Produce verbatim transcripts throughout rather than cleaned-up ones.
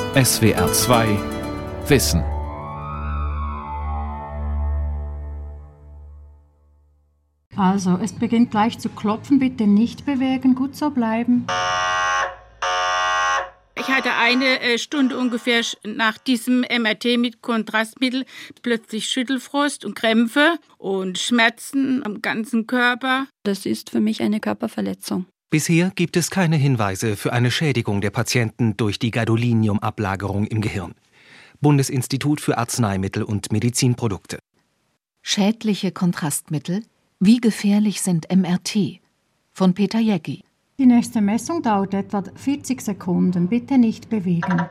S W R zwei Wissen. Also, es beginnt gleich zu klopfen, bitte nicht bewegen, gut so bleiben. Ich hatte eine äh, Stunde ungefähr nach diesem M R T mit Kontrastmittel plötzlich Schüttelfrost und Krämpfe und Schmerzen am ganzen Körper. Das ist für mich eine Körperverletzung. Bisher gibt es keine Hinweise für eine Schädigung der Patienten durch die Gadolinium-Ablagerung im Gehirn. Bundesinstitut für Arzneimittel und Medizinprodukte. Schädliche Kontrastmittel? Wie gefährlich sind M R T? Von Peter Jäcki. Die nächste Messung dauert etwa vierzig Sekunden. Bitte nicht bewegen.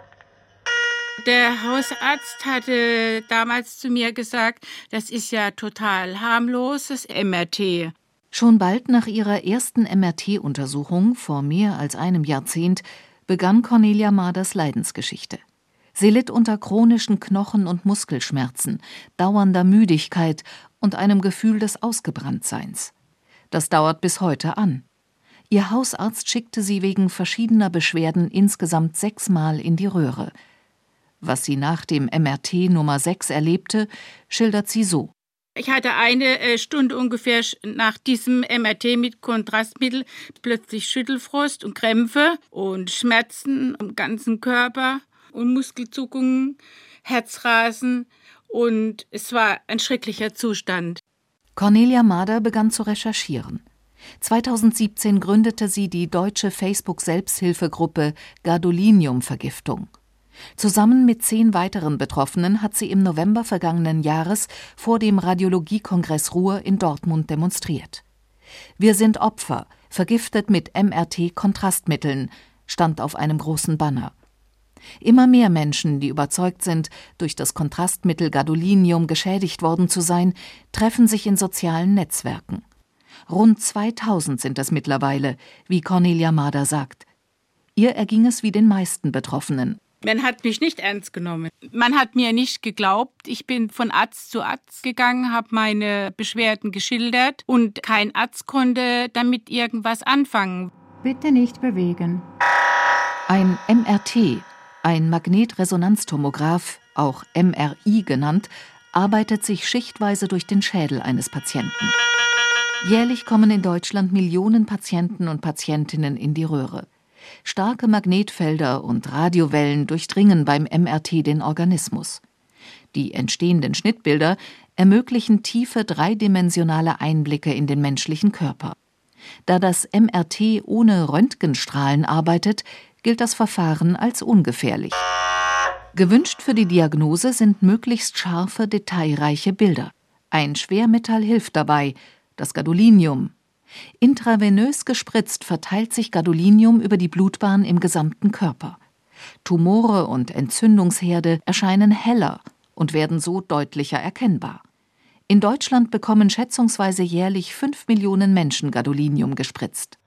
Der Hausarzt hatte damals zu mir gesagt, das ist ja total harmloses M R T. Schon bald nach ihrer ersten M R T-Untersuchung vor mehr als einem Jahrzehnt begann Cornelia Maders Leidensgeschichte. Sie litt unter chronischen Knochen- und Muskelschmerzen, dauernder Müdigkeit und einem Gefühl des Ausgebranntseins. Das dauert bis heute an. Ihr Hausarzt schickte sie wegen verschiedener Beschwerden insgesamt sechsmal in die Röhre. Was sie nach dem M R T Nummer sechs erlebte, schildert sie so. Ich hatte eine äh, Stunde ungefähr nach diesem M R T mit Kontrastmittel plötzlich Schüttelfrost und Krämpfe und Schmerzen am ganzen Körper und Muskelzuckungen, Herzrasen und es war ein schrecklicher Zustand. Cornelia Mader begann zu recherchieren. zweitausendsiebzehn gründete sie die deutsche Facebook-Selbsthilfegruppe Gadolinium-Vergiftung. Zusammen mit zehn weiteren Betroffenen hat sie im November vergangenen Jahres vor dem Radiologie-Kongress Ruhr in Dortmund demonstriert. Wir sind Opfer, vergiftet mit M R T-Kontrastmitteln, stand auf einem großen Banner. Immer mehr Menschen, die überzeugt sind, durch das Kontrastmittel Gadolinium geschädigt worden zu sein, treffen sich in sozialen Netzwerken. Rund zweitausend sind es mittlerweile, wie Cornelia Mader sagt. Ihr erging es wie den meisten Betroffenen. Man hat mich nicht ernst genommen. Man hat mir nicht geglaubt. Ich bin von Arzt zu Arzt gegangen, habe meine Beschwerden geschildert und kein Arzt konnte damit irgendwas anfangen. Bitte nicht bewegen. Ein M R T, ein Magnetresonanztomograph, auch M R I genannt, arbeitet sich schichtweise durch den Schädel eines Patienten. Jährlich kommen in Deutschland Millionen Patienten und Patientinnen in die Röhre. Starke Magnetfelder und Radiowellen durchdringen beim M R T den Organismus. Die entstehenden Schnittbilder ermöglichen tiefe dreidimensionale Einblicke in den menschlichen Körper. Da das M R T ohne Röntgenstrahlen arbeitet, gilt das Verfahren als ungefährlich. Gewünscht für die Diagnose sind möglichst scharfe, detailreiche Bilder. Ein Schwermetall hilft dabei, das Gadolinium. Intravenös gespritzt verteilt sich Gadolinium über die Blutbahn im gesamten Körper. Tumore und Entzündungsherde erscheinen heller und werden so deutlicher erkennbar. In Deutschland bekommen schätzungsweise jährlich fünf Millionen Menschen Gadolinium gespritzt.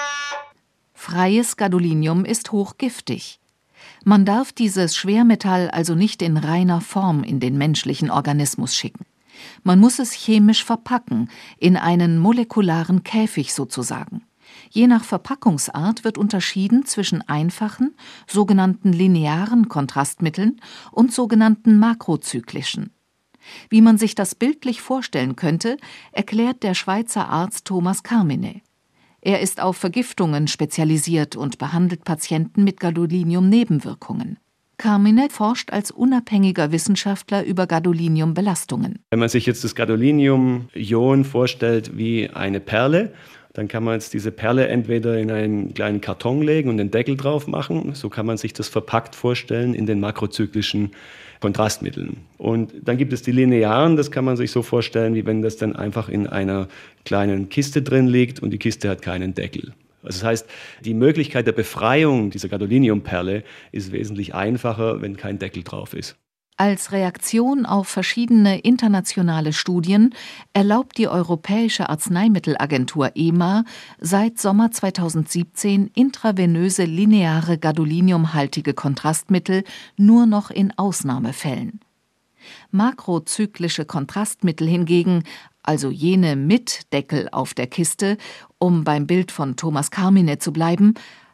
Freies Gadolinium ist hochgiftig. Man darf dieses Schwermetall also nicht in reiner Form in den menschlichen Organismus schicken. Man muss es chemisch verpacken, in einen molekularen Käfig sozusagen. Je nach Verpackungsart wird unterschieden zwischen einfachen, sogenannten linearen Kontrastmitteln und sogenannten makrozyklischen. Wie man sich das bildlich vorstellen könnte, erklärt der Schweizer Arzt Thomas Carmine. Er ist auf Vergiftungen spezialisiert und behandelt Patienten mit Gadolinium-Nebenwirkungen. Carmine forscht als unabhängiger Wissenschaftler über Gadolinium-Belastungen. Wenn man sich jetzt das Gadolinium-Ion vorstellt wie eine Perle, dann kann man jetzt diese Perle entweder in einen kleinen Karton legen und den Deckel drauf machen. So kann man sich das verpackt vorstellen in den makrozyklischen Kontrastmitteln. Und dann gibt es die linearen, das kann man sich so vorstellen, wie wenn das dann einfach in einer kleinen Kiste drin liegt und die Kiste hat keinen Deckel. Also das heißt, die Möglichkeit der Befreiung dieser Gadoliniumperle ist wesentlich einfacher, wenn kein Deckel drauf ist. Als Reaktion auf verschiedene internationale Studien erlaubt die Europäische Arzneimittelagentur E M A seit Sommer zweitausendsiebzehn intravenöse lineare gadoliniumhaltige Kontrastmittel nur noch in Ausnahmefällen. Makrozyklische Kontrastmittel hingegen, also jene mit Deckel auf der Kiste, um beim Bild von Thomas Carmine zu bleiben,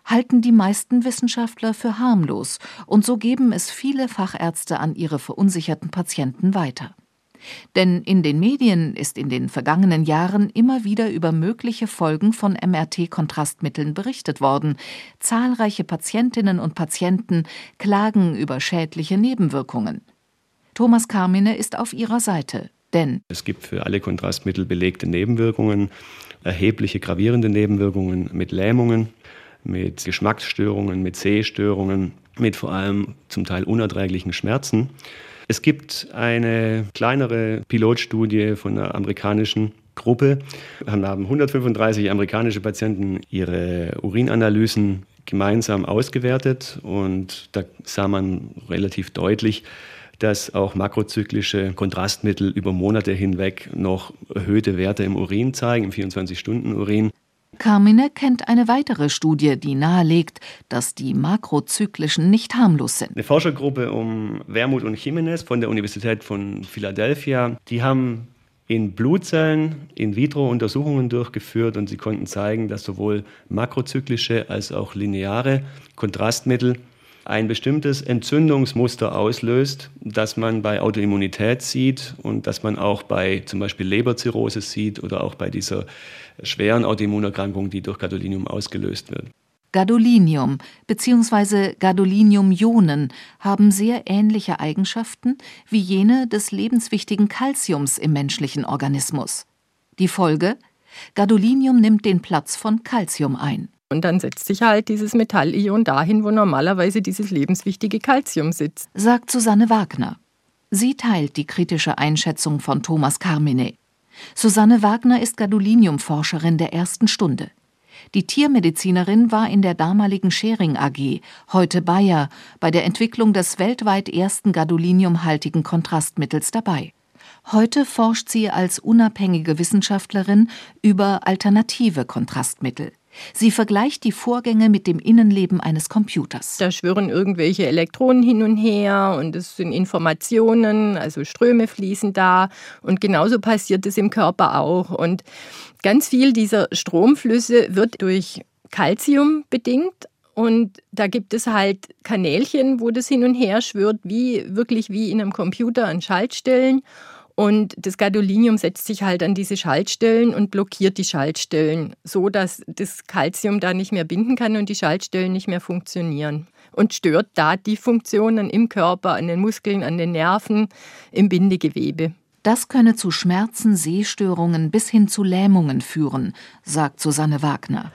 halten die meisten Wissenschaftler für harmlos, und so geben es viele Fachärzte an ihre verunsicherten Patienten weiter. Denn in den Medien ist in den vergangenen Jahren immer wieder über mögliche Folgen von M R T-Kontrastmitteln berichtet worden. Zahlreiche Patientinnen und Patienten klagen über schädliche Nebenwirkungen. Thomas Carmine ist auf ihrer Seite, denn es gibt für alle Kontrastmittel belegte Nebenwirkungen, erhebliche gravierende Nebenwirkungen mit Lähmungen, mit Geschmacksstörungen, mit Sehstörungen, mit vor allem zum Teil unerträglichen Schmerzen. Es gibt eine kleinere Pilotstudie von einer amerikanischen Gruppe. Da haben hundertfünfunddreißig amerikanische Patienten ihre Urinanalysen gemeinsam ausgewertet und da sah man relativ deutlich, dass auch makrozyklische Kontrastmittel über Monate hinweg noch erhöhte Werte im Urin zeigen, im vierundzwanzig-Stunden-Urin. Carmine kennt eine weitere Studie, die nahelegt, dass die makrozyklischen nicht harmlos sind. Eine Forschergruppe um Wermuth und Jimenez von der Universität von Philadelphia, die haben in Blutzellen in vitro Untersuchungen durchgeführt und sie konnten zeigen, dass sowohl makrozyklische als auch lineare Kontrastmittel ein bestimmtes Entzündungsmuster auslöst, das man bei Autoimmunität sieht und das man auch bei zum Beispiel Leberzirrhose sieht oder auch bei dieser schweren Autoimmunerkrankung, die durch Gadolinium ausgelöst wird. Gadolinium bzw. Gadolinium-Ionen haben sehr ähnliche Eigenschaften wie jene des lebenswichtigen Calciums im menschlichen Organismus. Die Folge? Gadolinium nimmt den Platz von Calcium ein. Und dann setzt sich halt dieses Metallion dahin, wo normalerweise dieses lebenswichtige Calcium sitzt. Sagt Susanne Wagner. Sie teilt die kritische Einschätzung von Thomas Carmine. Susanne Wagner ist Gadolinium-Forscherin der ersten Stunde. Die Tiermedizinerin war in der damaligen Schering A G, heute Bayer, bei der Entwicklung des weltweit ersten gadoliniumhaltigen Kontrastmittels dabei. Heute forscht sie als unabhängige Wissenschaftlerin über alternative Kontrastmittel. Sie vergleicht die Vorgänge mit dem Innenleben eines Computers. Da schwirren irgendwelche Elektronen hin und her und es sind Informationen, also Ströme fließen da und genauso passiert es im Körper auch. Und ganz viel dieser Stromflüsse wird durch Calcium bedingt und da gibt es halt Kanälchen, wo das hin und her schwirrt, wie wirklich wie in einem Computer an Schaltstellen. Und das Gadolinium setzt sich halt an diese Schaltstellen und blockiert die Schaltstellen, so dass das Calcium da nicht mehr binden kann und die Schaltstellen nicht mehr funktionieren. Und stört da die Funktionen im Körper, an den Muskeln, an den Nerven, im Bindegewebe. Das könne zu Schmerzen, Sehstörungen bis hin zu Lähmungen führen, sagt Susanne Wagner.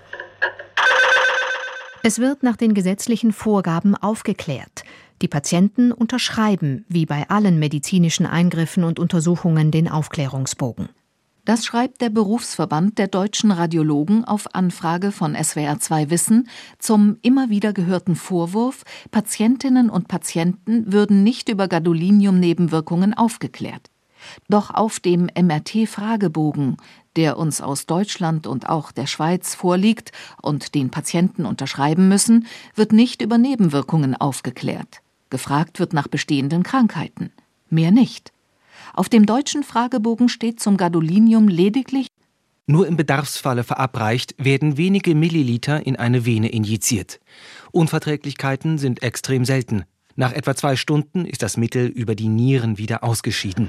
Es wird nach den gesetzlichen Vorgaben aufgeklärt. Die Patienten unterschreiben, wie bei allen medizinischen Eingriffen und Untersuchungen, den Aufklärungsbogen. Das schreibt der Berufsverband der deutschen Radiologen auf Anfrage von S W R zwei Wissen zum immer wieder gehörten Vorwurf, Patientinnen und Patienten würden nicht über Gadolinium-Nebenwirkungen aufgeklärt. Doch auf dem M R T-Fragebogen, der uns aus Deutschland und auch der Schweiz vorliegt und den Patienten unterschreiben müssen, wird nicht über Nebenwirkungen aufgeklärt. Gefragt wird nach bestehenden Krankheiten. Mehr nicht. Auf dem deutschen Fragebogen steht zum Gadolinium lediglich: Nur im Bedarfsfalle verabreicht, werden wenige Milliliter in eine Vene injiziert. Unverträglichkeiten sind extrem selten. Nach etwa zwei Stunden ist das Mittel über die Nieren wieder ausgeschieden.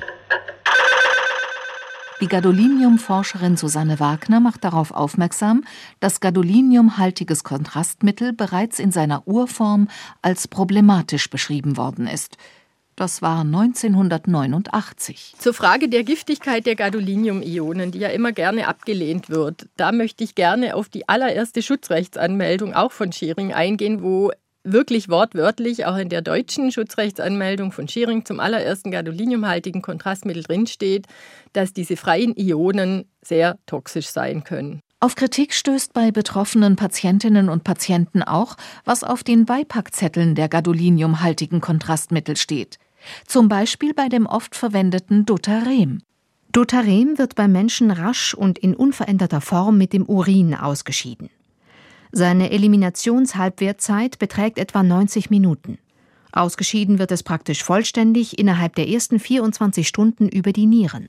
Die Gadolinium-Forscherin Susanne Wagner macht darauf aufmerksam, dass gadoliniumhaltiges Kontrastmittel bereits in seiner Urform als problematisch beschrieben worden ist. Das war neunzehnhundertneunundachtzig. Zur Frage der Giftigkeit der Gadolinium-Ionen, die ja immer gerne abgelehnt wird, da möchte ich gerne auf die allererste Schutzrechtsanmeldung auch von Schering eingehen, wo wirklich wortwörtlich auch in der deutschen Schutzrechtsanmeldung von Schering zum allerersten gadoliniumhaltigen Kontrastmittel drinsteht, dass diese freien Ionen sehr toxisch sein können. Auf Kritik stößt bei betroffenen Patientinnen und Patienten auch, was auf den Beipackzetteln der gadoliniumhaltigen Kontrastmittel steht. Zum Beispiel bei dem oft verwendeten Dotarem. Dotarem wird beim Menschen rasch und in unveränderter Form mit dem Urin ausgeschieden. Seine Eliminationshalbwertzeit beträgt etwa neunzig Minuten. Ausgeschieden wird es praktisch vollständig innerhalb der ersten vierundzwanzig Stunden über die Nieren.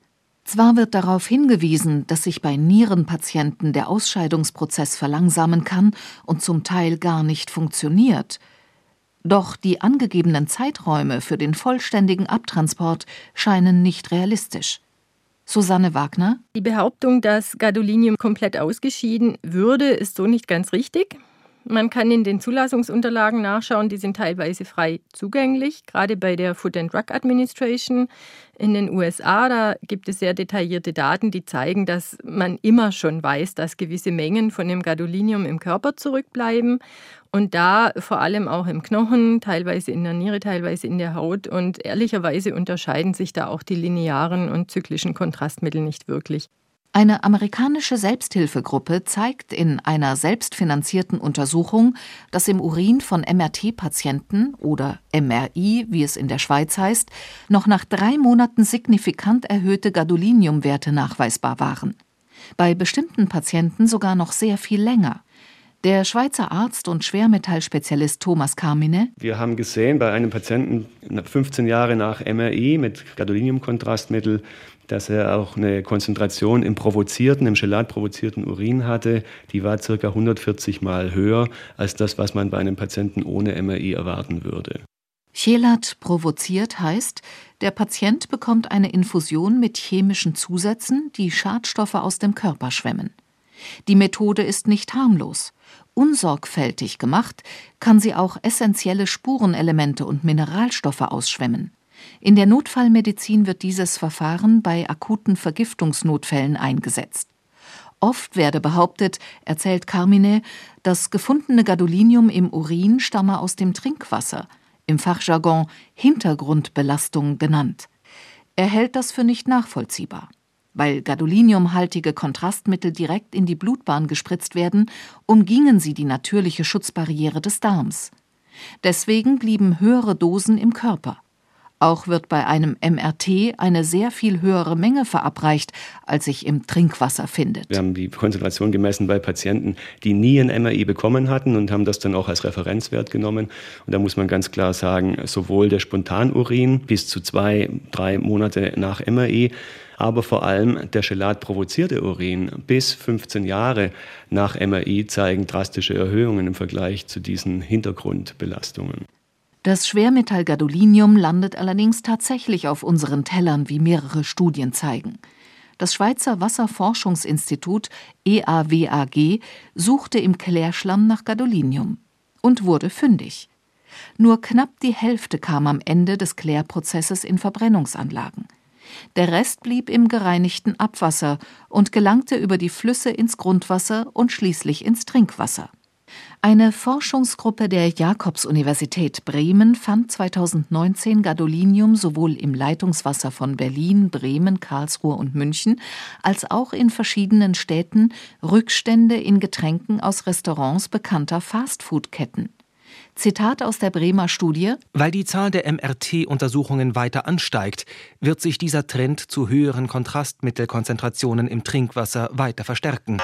Zwar wird darauf hingewiesen, dass sich bei Nierenpatienten der Ausscheidungsprozess verlangsamen kann und zum Teil gar nicht funktioniert. Doch die angegebenen Zeiträume für den vollständigen Abtransport scheinen nicht realistisch. Susanne Wagner: Die Behauptung, dass Gadolinium komplett ausgeschieden würde, ist so nicht ganz richtig. Man kann in den Zulassungsunterlagen nachschauen, die sind teilweise frei zugänglich, gerade bei der Food and Drug Administration in den U S A. Da gibt es sehr detaillierte Daten, die zeigen, dass man immer schon weiß, dass gewisse Mengen von dem Gadolinium im Körper zurückbleiben und da vor allem auch im Knochen, teilweise in der Niere, teilweise in der Haut. Und ehrlicherweise unterscheiden sich da auch die linearen und zyklischen Kontrastmittel nicht wirklich. Eine amerikanische Selbsthilfegruppe zeigt in einer selbstfinanzierten Untersuchung, dass im Urin von M R T-Patienten oder M R I, wie es in der Schweiz heißt, noch nach drei Monaten signifikant erhöhte Gadoliniumwerte nachweisbar waren. Bei bestimmten Patienten sogar noch sehr viel länger. Der Schweizer Arzt und Schwermetallspezialist Thomas Carmine: Wir haben gesehen bei einem Patienten fünfzehn Jahre nach M R I mit Gadoliniumkontrastmittel, dass er auch eine Konzentration im provozierten, im chelatprovozierten Urin hatte, die war ca. hundertvierzig Mal höher als das, was man bei einem Patienten ohne M R I erwarten würde. Chelat provoziert heißt, der Patient bekommt eine Infusion mit chemischen Zusätzen, die Schadstoffe aus dem Körper schwemmen. Die Methode ist nicht harmlos. Unsorgfältig gemacht, kann sie auch essentielle Spurenelemente und Mineralstoffe ausschwemmen. In der Notfallmedizin wird dieses Verfahren bei akuten Vergiftungsnotfällen eingesetzt. Oft werde behauptet, erzählt Carmine, das gefundene Gadolinium im Urin stamme aus dem Trinkwasser, im Fachjargon Hintergrundbelastung genannt. Er hält das für nicht nachvollziehbar. Weil gadoliniumhaltige Kontrastmittel direkt in die Blutbahn gespritzt werden, umgingen sie die natürliche Schutzbarriere des Darms. Deswegen blieben höhere Dosen im Körper. Auch wird bei einem M R T eine sehr viel höhere Menge verabreicht, als sich im Trinkwasser findet. Wir haben die Konzentration gemessen bei Patienten, die nie ein M R I bekommen hatten und haben das dann auch als Referenzwert genommen. Und da muss man ganz klar sagen, sowohl der Spontanurin bis zu zwei, drei Monate nach M R I, aber vor allem der chelatprovozierte Urin bis fünfzehn Jahre nach M R I zeigen drastische Erhöhungen im Vergleich zu diesen Hintergrundbelastungen. Das Schwermetall Gadolinium landet allerdings tatsächlich auf unseren Tellern, wie mehrere Studien zeigen. Das Schweizer Wasserforschungsinstitut E A W A G suchte im Klärschlamm nach Gadolinium und wurde fündig. Nur knapp die Hälfte kam am Ende des Klärprozesses in Verbrennungsanlagen. Der Rest blieb im gereinigten Abwasser und gelangte über die Flüsse ins Grundwasser und schließlich ins Trinkwasser. Eine Forschungsgruppe der Jakobs-Universität Bremen fand zweitausendneunzehn Gadolinium sowohl im Leitungswasser von Berlin, Bremen, Karlsruhe und München als auch in verschiedenen Städten Rückstände in Getränken aus Restaurants bekannter Fastfood-Ketten. Zitat aus der Bremer Studie: Weil die Zahl der M R T-Untersuchungen weiter ansteigt, wird sich dieser Trend zu höheren Kontrastmittelkonzentrationen im Trinkwasser weiter verstärken.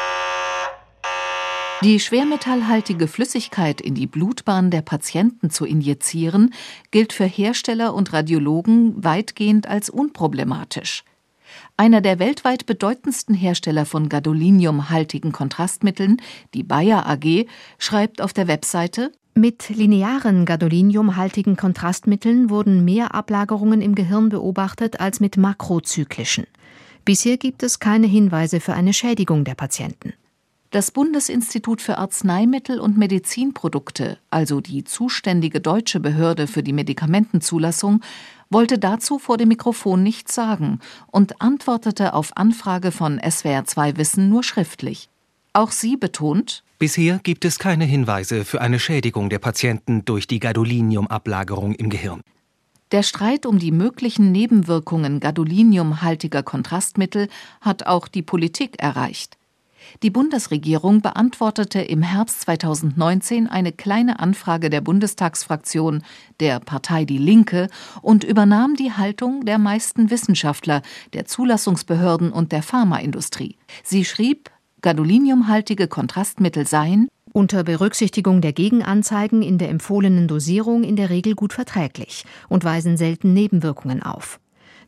Die schwermetallhaltige Flüssigkeit in die Blutbahn der Patienten zu injizieren, gilt für Hersteller und Radiologen weitgehend als unproblematisch. Einer der weltweit bedeutendsten Hersteller von gadoliniumhaltigen Kontrastmitteln, die Bayer A G, schreibt auf der Webseite: Mit linearen gadoliniumhaltigen Kontrastmitteln wurden mehr Ablagerungen im Gehirn beobachtet als mit makrozyklischen. Bisher gibt es keine Hinweise für eine Schädigung der Patienten. Das Bundesinstitut für Arzneimittel und Medizinprodukte, also die zuständige deutsche Behörde für die Medikamentenzulassung, wollte dazu vor dem Mikrofon nichts sagen und antwortete auf Anfrage von S W R zwei Wissen nur schriftlich. Auch sie betont: Bisher gibt es keine Hinweise für eine Schädigung der Patienten durch die Gadoliniumablagerung im Gehirn. Der Streit um die möglichen Nebenwirkungen gadoliniumhaltiger Kontrastmittel hat auch die Politik erreicht. Die Bundesregierung beantwortete im Herbst zweitausendneunzehn eine kleine Anfrage der Bundestagsfraktion der Partei Die Linke und übernahm die Haltung der meisten Wissenschaftler, der Zulassungsbehörden und der Pharmaindustrie. Sie schrieb, gadoliniumhaltige Kontrastmittel seien unter Berücksichtigung der Gegenanzeigen in der empfohlenen Dosierung in der Regel gut verträglich und weisen selten Nebenwirkungen auf.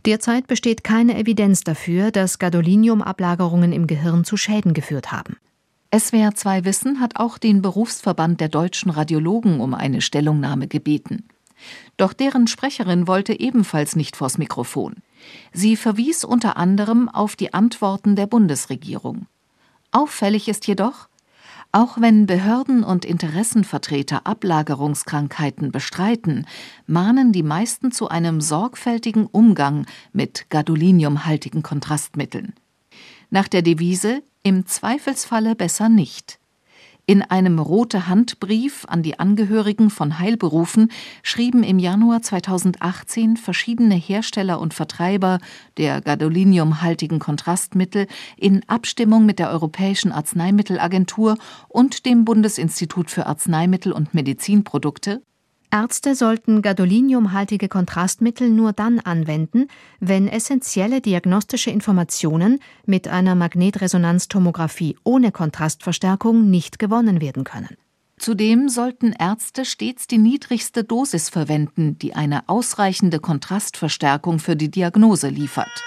Derzeit besteht keine Evidenz dafür, dass Gadolinium-Ablagerungen im Gehirn zu Schäden geführt haben. S W R zwei Wissen hat auch den Berufsverband der deutschen Radiologen um eine Stellungnahme gebeten. Doch deren Sprecherin wollte ebenfalls nicht vors Mikrofon. Sie verwies unter anderem auf die Antworten der Bundesregierung. Auffällig ist jedoch, auch wenn Behörden und Interessenvertreter Ablagerungskrankheiten bestreiten, mahnen die meisten zu einem sorgfältigen Umgang mit gadoliniumhaltigen Kontrastmitteln. Nach der Devise »Im Zweifelsfalle besser nicht«. In einem Rote-Hand-Brief an die Angehörigen von Heilberufen schrieben im Januar zweitausendachtzehn verschiedene Hersteller und Vertreiber der gadoliniumhaltigen Kontrastmittel in Abstimmung mit der Europäischen Arzneimittelagentur und dem Bundesinstitut für Arzneimittel und Medizinprodukte: Ärzte sollten gadoliniumhaltige Kontrastmittel nur dann anwenden, wenn essentielle diagnostische Informationen mit einer Magnetresonanztomographie ohne Kontrastverstärkung nicht gewonnen werden können. Zudem sollten Ärzte stets die niedrigste Dosis verwenden, die eine ausreichende Kontrastverstärkung für die Diagnose liefert.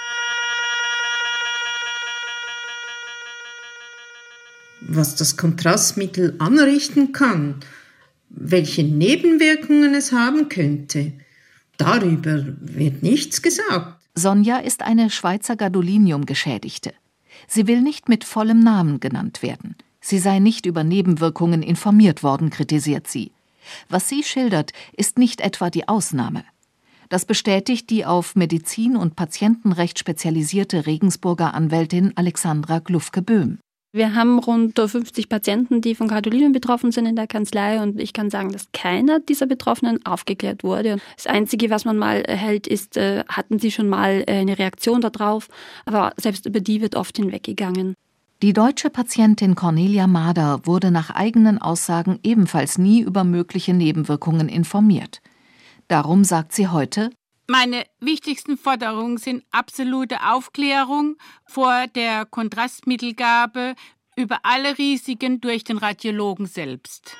Was das Kontrastmittel anrichten kann, welche Nebenwirkungen es haben könnte, darüber wird nichts gesagt. Sonja ist eine Schweizer Gadolinium-Geschädigte. Sie will nicht mit vollem Namen genannt werden. Sie sei nicht über Nebenwirkungen informiert worden, kritisiert sie. Was sie schildert, ist nicht etwa die Ausnahme. Das bestätigt die auf Medizin und Patientenrecht spezialisierte Regensburger Anwältin Alexandra Glufke-Böhm. Wir haben rund fünfzig Patienten, die von Gadolinium betroffen sind in der Kanzlei, und ich kann sagen, dass keiner dieser Betroffenen aufgeklärt wurde. Das Einzige, was man mal hält, ist, äh, hatten sie schon mal eine Reaktion darauf, aber selbst über die wird oft hinweggegangen. Die deutsche Patientin Cornelia Mader wurde nach eigenen Aussagen ebenfalls nie über mögliche Nebenwirkungen informiert. Darum sagt sie heute: Meine wichtigsten Forderungen sind absolute Aufklärung vor der Kontrastmittelgabe über alle Risiken durch den Radiologen selbst.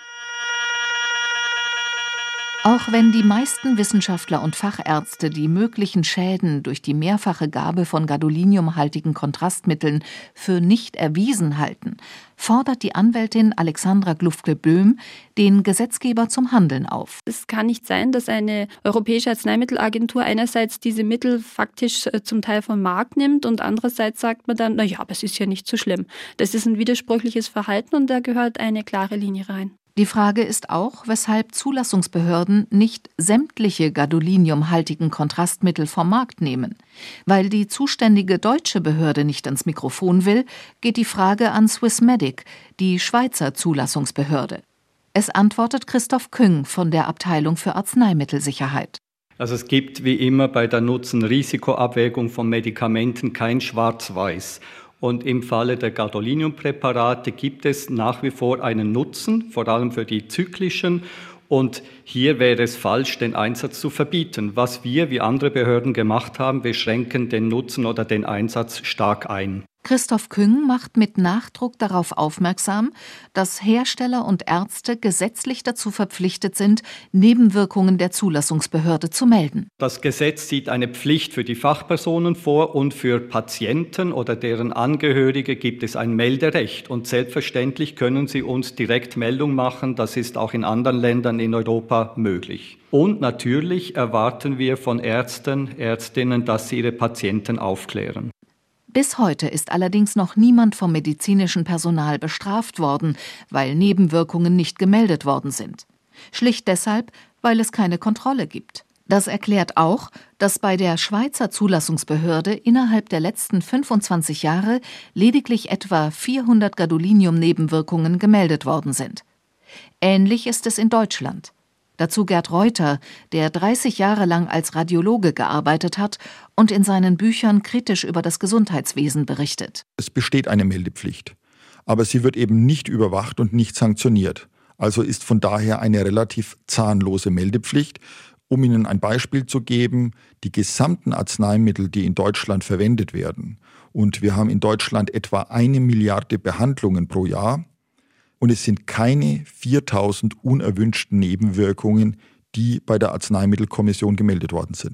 Auch wenn die meisten Wissenschaftler und Fachärzte die möglichen Schäden durch die mehrfache Gabe von gadoliniumhaltigen Kontrastmitteln für nicht erwiesen halten, fordert die Anwältin Alexandra Glufke-Böhm den Gesetzgeber zum Handeln auf. Es kann nicht sein, dass eine europäische Arzneimittelagentur einerseits diese Mittel faktisch zum Teil vom Markt nimmt und andererseits sagt man dann, na ja, aber es ist ja nicht so schlimm. Das ist ein widersprüchliches Verhalten und da gehört eine klare Linie rein. Die Frage ist auch, weshalb Zulassungsbehörden nicht sämtliche gadoliniumhaltigen Kontrastmittel vom Markt nehmen. Weil die zuständige deutsche Behörde nicht ans Mikrofon will, geht die Frage an Swissmedic, die Schweizer Zulassungsbehörde. Es antwortet Christoph Küng von der Abteilung für Arzneimittelsicherheit. Also es gibt wie immer bei der Nutzen-Risiko-Abwägung von Medikamenten kein Schwarz-Weiß. Und im Falle der Gadoliniumpräparate gibt es nach wie vor einen Nutzen, vor allem für die zyklischen. Und hier wäre es falsch, den Einsatz zu verbieten. Was wir, wie andere Behörden gemacht haben, wir schränken den Nutzen oder den Einsatz stark ein. Christoph Küng macht mit Nachdruck darauf aufmerksam, dass Hersteller und Ärzte gesetzlich dazu verpflichtet sind, Nebenwirkungen der Zulassungsbehörde zu melden. Das Gesetz sieht eine Pflicht für die Fachpersonen vor und für Patienten oder deren Angehörige gibt es ein Melderecht. Und selbstverständlich können sie uns direkt Meldung machen. Das ist auch in anderen Ländern in Europa möglich. Und natürlich erwarten wir von Ärzten, Ärztinnen, dass sie ihre Patienten aufklären. Bis heute ist allerdings noch niemand vom medizinischen Personal bestraft worden, weil Nebenwirkungen nicht gemeldet worden sind. Schlicht deshalb, weil es keine Kontrolle gibt. Das erklärt auch, dass bei der Schweizer Zulassungsbehörde innerhalb der letzten fünfundzwanzig Jahre lediglich etwa vierhundert Gadolinium-Nebenwirkungen gemeldet worden sind. Ähnlich ist es in Deutschland. Dazu Gerd Reuter, der dreißig Jahre lang als Radiologe gearbeitet hat und in seinen Büchern kritisch über das Gesundheitswesen berichtet. Es besteht eine Meldepflicht, aber sie wird eben nicht überwacht und nicht sanktioniert. Also ist von daher eine relativ zahnlose Meldepflicht. Um Ihnen ein Beispiel zu geben, die gesamten Arzneimittel, die in Deutschland verwendet werden, und wir haben in Deutschland etwa eine Milliarde Behandlungen pro Jahr, und es sind keine viertausend unerwünschten Nebenwirkungen, die bei der Arzneimittelkommission gemeldet worden sind.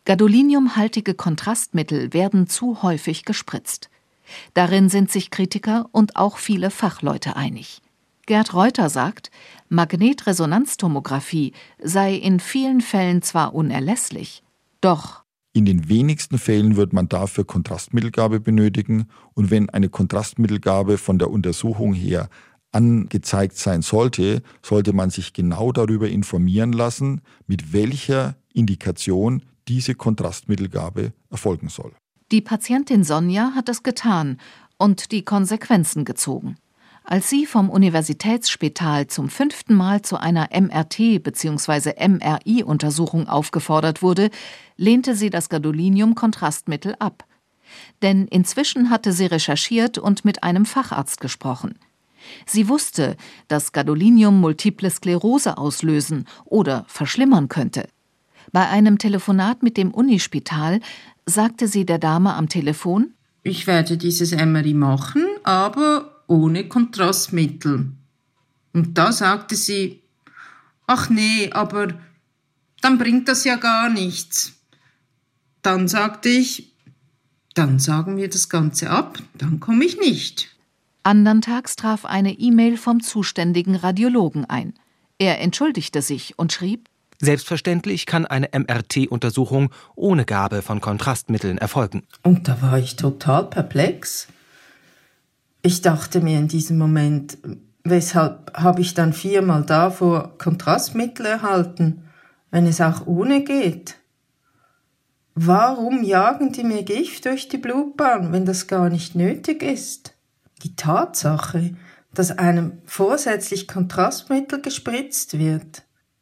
Gadoliniumhaltige Kontrastmittel werden zu häufig gespritzt. Darin sind sich Kritiker und auch viele Fachleute einig. Gerd Reuter sagt, Magnetresonanztomographie sei in vielen Fällen zwar unerlässlich, doch in den wenigsten Fällen wird man dafür Kontrastmittelgabe benötigen, und wenn eine Kontrastmittelgabe von der Untersuchung her angezeigt sein sollte, sollte man sich genau darüber informieren lassen, mit welcher Indikation diese Kontrastmittelgabe erfolgen soll. Die Patientin Sonja hat es getan und die Konsequenzen gezogen. Als sie vom Universitätsspital zum fünften Mal zu einer M R T bzw. M R I-Untersuchung aufgefordert wurde, lehnte sie das Gadolinium-Kontrastmittel ab. Denn inzwischen hatte sie recherchiert und mit einem Facharzt gesprochen. Sie wusste, dass Gadolinium multiple Sklerose auslösen oder verschlimmern könnte. Bei einem Telefonat mit dem Unispital sagte sie der Dame am Telefon: Ich werde dieses M R I machen, aber ohne Kontrastmittel. Und da sagte sie: Ach nee, aber dann bringt das ja gar nichts. Dann sagte ich: Dann sagen wir das Ganze ab, dann komme ich nicht. Andern Tags traf eine E-Mail vom zuständigen Radiologen ein. Er entschuldigte sich und schrieb: Selbstverständlich kann eine M R T-Untersuchung ohne Gabe von Kontrastmitteln erfolgen. Und da war ich total perplex. Ich dachte mir in diesem Moment, weshalb habe ich dann viermal davor Kontrastmittel erhalten, wenn es auch ohne geht? Warum jagen die mir Gift durch die Blutbahn, wenn das gar nicht nötig ist? Die Tatsache, dass einem vorsätzlich Kontrastmittel gespritzt wird,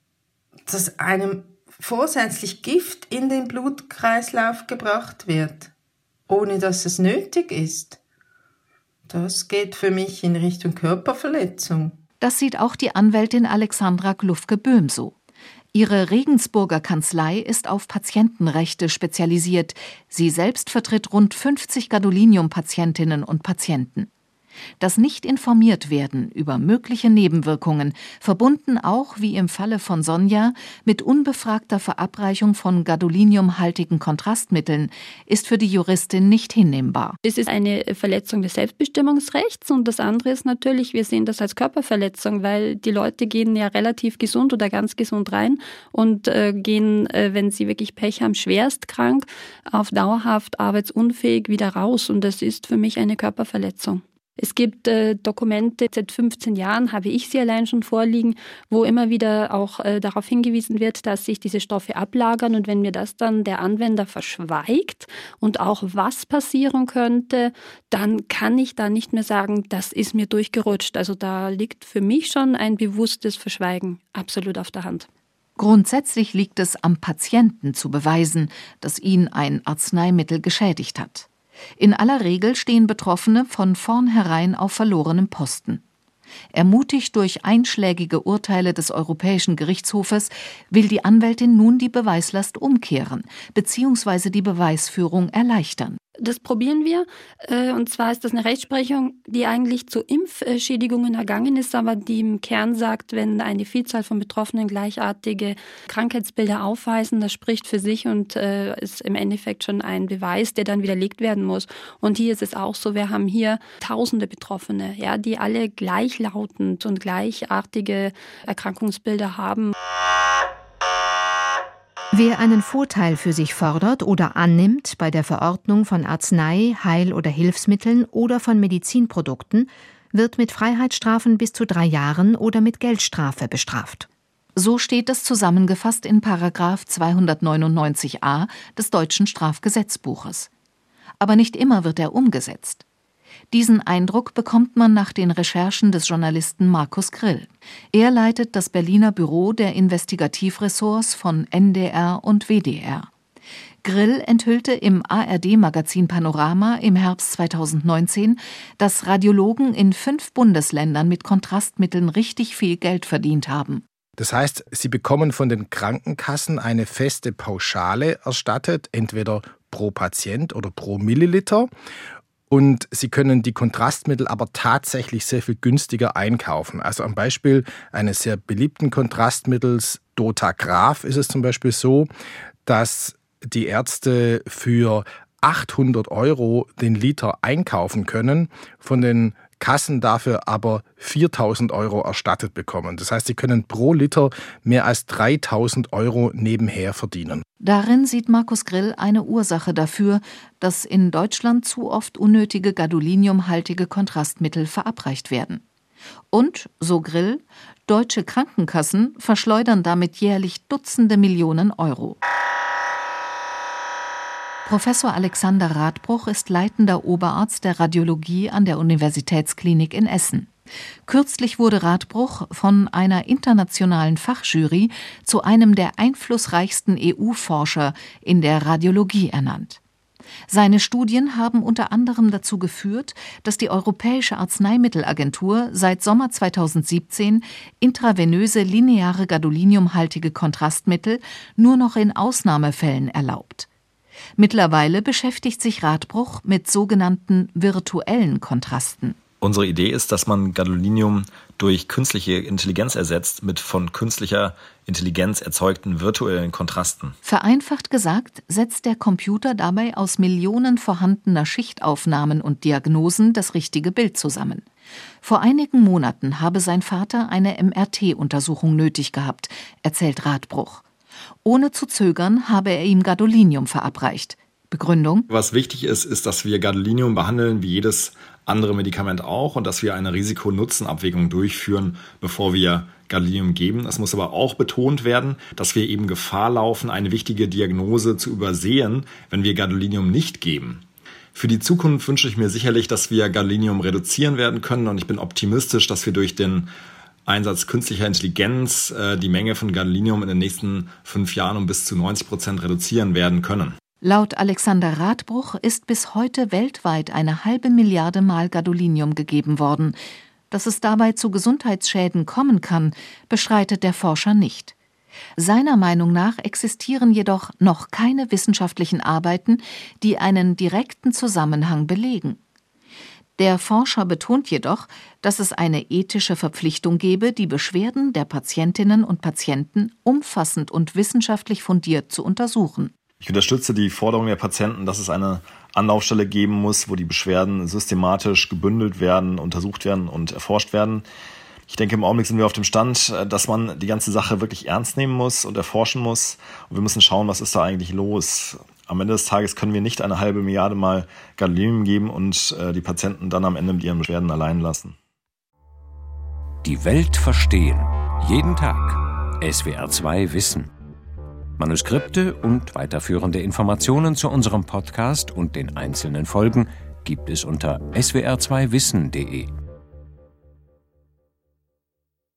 dass einem vorsätzlich Gift in den Blutkreislauf gebracht wird, ohne dass es nötig ist, das geht für mich in Richtung Körperverletzung. Das sieht auch die Anwältin Alexandra Glufke-Böhm so. Ihre Regensburger Kanzlei ist auf Patientenrechte spezialisiert. Sie selbst vertritt rund fünfzig Gadolinium-Patientinnen und Patienten. Das Nicht-Informiert-Werden über mögliche Nebenwirkungen, verbunden auch, wie im Falle von Sonja, mit unbefragter Verabreichung von gadoliniumhaltigen Kontrastmitteln, ist für die Juristin nicht hinnehmbar. Es ist eine Verletzung des Selbstbestimmungsrechts, und das andere ist natürlich, wir sehen das als Körperverletzung, weil die Leute gehen ja relativ gesund oder ganz gesund rein und äh, gehen, äh, wenn sie wirklich Pech haben, schwerst krank, auf dauerhaft arbeitsunfähig wieder raus, und das ist für mich eine Körperverletzung. Es gibt äh, Dokumente, seit fünfzehn Jahren habe ich sie allein schon vorliegen, wo immer wieder auch äh, darauf hingewiesen wird, dass sich diese Stoffe ablagern, und wenn mir das dann der Anwender verschweigt und auch was passieren könnte, dann kann ich da nicht mehr sagen, das ist mir durchgerutscht. Also da liegt für mich schon ein bewusstes Verschweigen absolut auf der Hand. Grundsätzlich liegt es am Patienten zu beweisen, dass ihn ein Arzneimittel geschädigt hat. In aller Regel stehen Betroffene von vornherein auf verlorenem Posten. Ermutigt durch einschlägige Urteile des Europäischen Gerichtshofes will die Anwältin nun die Beweislast umkehren bzw. die Beweisführung erleichtern. Das probieren wir, und zwar ist das eine Rechtsprechung, die eigentlich zu Impfschädigungen ergangen ist, aber die im Kern sagt, wenn eine Vielzahl von Betroffenen gleichartige Krankheitsbilder aufweisen, das spricht für sich und ist im Endeffekt schon ein Beweis, der dann widerlegt werden muss. Und hier ist es auch so, wir haben hier tausende Betroffene, ja, die alle gleichlautend und gleichartige Erkrankungsbilder haben. Wer einen Vorteil für sich fordert oder annimmt bei der Verordnung von Arznei-, Heil- oder Hilfsmitteln oder von Medizinprodukten, wird mit Freiheitsstrafen bis zu drei Jahren oder mit Geldstrafe bestraft. So steht es zusammengefasst in Paragraph zweihundertneunundneunzig a des deutschen Strafgesetzbuches. Aber nicht immer wird er umgesetzt. Diesen Eindruck bekommt man nach den Recherchen des Journalisten Markus Grill. Er leitet das Berliner Büro der Investigativressorts von N D R und W D R. Grill enthüllte im A R D-Magazin Panorama im Herbst zweitausendneunzehn, dass Radiologen in fünf Bundesländern mit Kontrastmitteln richtig viel Geld verdient haben. Das heißt, sie bekommen von den Krankenkassen eine feste Pauschale erstattet, entweder pro Patient oder pro Milliliter. Und sie können die Kontrastmittel aber tatsächlich sehr viel günstiger einkaufen. Also am Beispiel eines sehr beliebten Kontrastmittels Dotagraph ist es zum Beispiel so, dass die Ärzte für achthundert Euro den Liter einkaufen können, von den Kassen dafür aber viertausend Euro erstattet bekommen. Das heißt, sie können pro Liter mehr als dreitausend Euro nebenher verdienen. Darin sieht Markus Grill eine Ursache dafür, dass in Deutschland zu oft unnötige gadoliniumhaltige Kontrastmittel verabreicht werden. Und, so Grill, deutsche Krankenkassen verschleudern damit jährlich Dutzende Millionen Euro. Professor Alexander Radbruch ist leitender Oberarzt der Radiologie an der Universitätsklinik in Essen. Kürzlich wurde Radbruch von einer internationalen Fachjury zu einem der einflussreichsten E U-Forscher in der Radiologie ernannt. Seine Studien haben unter anderem dazu geführt, dass die Europäische Arzneimittelagentur seit Sommer zweitausendsiebzehn intravenöse lineare gadoliniumhaltige Kontrastmittel nur noch in Ausnahmefällen erlaubt. Mittlerweile beschäftigt sich Radbruch mit sogenannten virtuellen Kontrasten. Unsere Idee ist, dass man Gadolinium durch künstliche Intelligenz ersetzt mit von künstlicher Intelligenz erzeugten virtuellen Kontrasten. Vereinfacht gesagt, setzt der Computer dabei aus Millionen vorhandener Schichtaufnahmen und Diagnosen das richtige Bild zusammen. Vor einigen Monaten habe sein Vater eine M R T-Untersuchung nötig gehabt, erzählt Radbruch. Ohne zu zögern habe er ihm Gadolinium verabreicht. Begründung? Was wichtig ist, ist, dass wir Gadolinium behandeln wie jedes andere Medikament auch und dass wir eine Risiko-Nutzen-Abwägung durchführen, bevor wir Gadolinium geben. Es muss aber auch betont werden, dass wir eben Gefahr laufen, eine wichtige Diagnose zu übersehen, wenn wir Gadolinium nicht geben. Für die Zukunft wünsche ich mir sicherlich, dass wir Gadolinium reduzieren werden können und ich bin optimistisch, dass wir durch den Einsatz künstlicher Intelligenz äh, die Menge von Gadolinium in den nächsten fünf Jahren um bis zu neunzig Prozent reduzieren werden können. Laut Alexander Radbruch ist bis heute weltweit eine halbe Milliarde Mal Gadolinium gegeben worden. Dass es dabei zu Gesundheitsschäden kommen kann, bestreitet der Forscher nicht. Seiner Meinung nach existieren jedoch noch keine wissenschaftlichen Arbeiten, die einen direkten Zusammenhang belegen. Der Forscher betont jedoch, dass es eine ethische Verpflichtung gebe, die Beschwerden der Patientinnen und Patienten umfassend und wissenschaftlich fundiert zu untersuchen. Ich unterstütze die Forderung der Patienten, dass es eine Anlaufstelle geben muss, wo die Beschwerden systematisch gebündelt werden, untersucht werden und erforscht werden. Ich denke, im Augenblick sind wir auf dem Stand, dass man die ganze Sache wirklich ernst nehmen muss und erforschen muss. Und wir müssen schauen, was ist da eigentlich los. Am Ende des Tages können wir nicht eine halbe Milliarde Mal Gadolinium geben und die Patienten dann am Ende mit ihren Beschwerden allein lassen. Die Welt verstehen. Jeden Tag. S W R zwei Wissen. Manuskripte und weiterführende Informationen zu unserem Podcast und den einzelnen Folgen gibt es unter s w r zwei wissen punkt d e.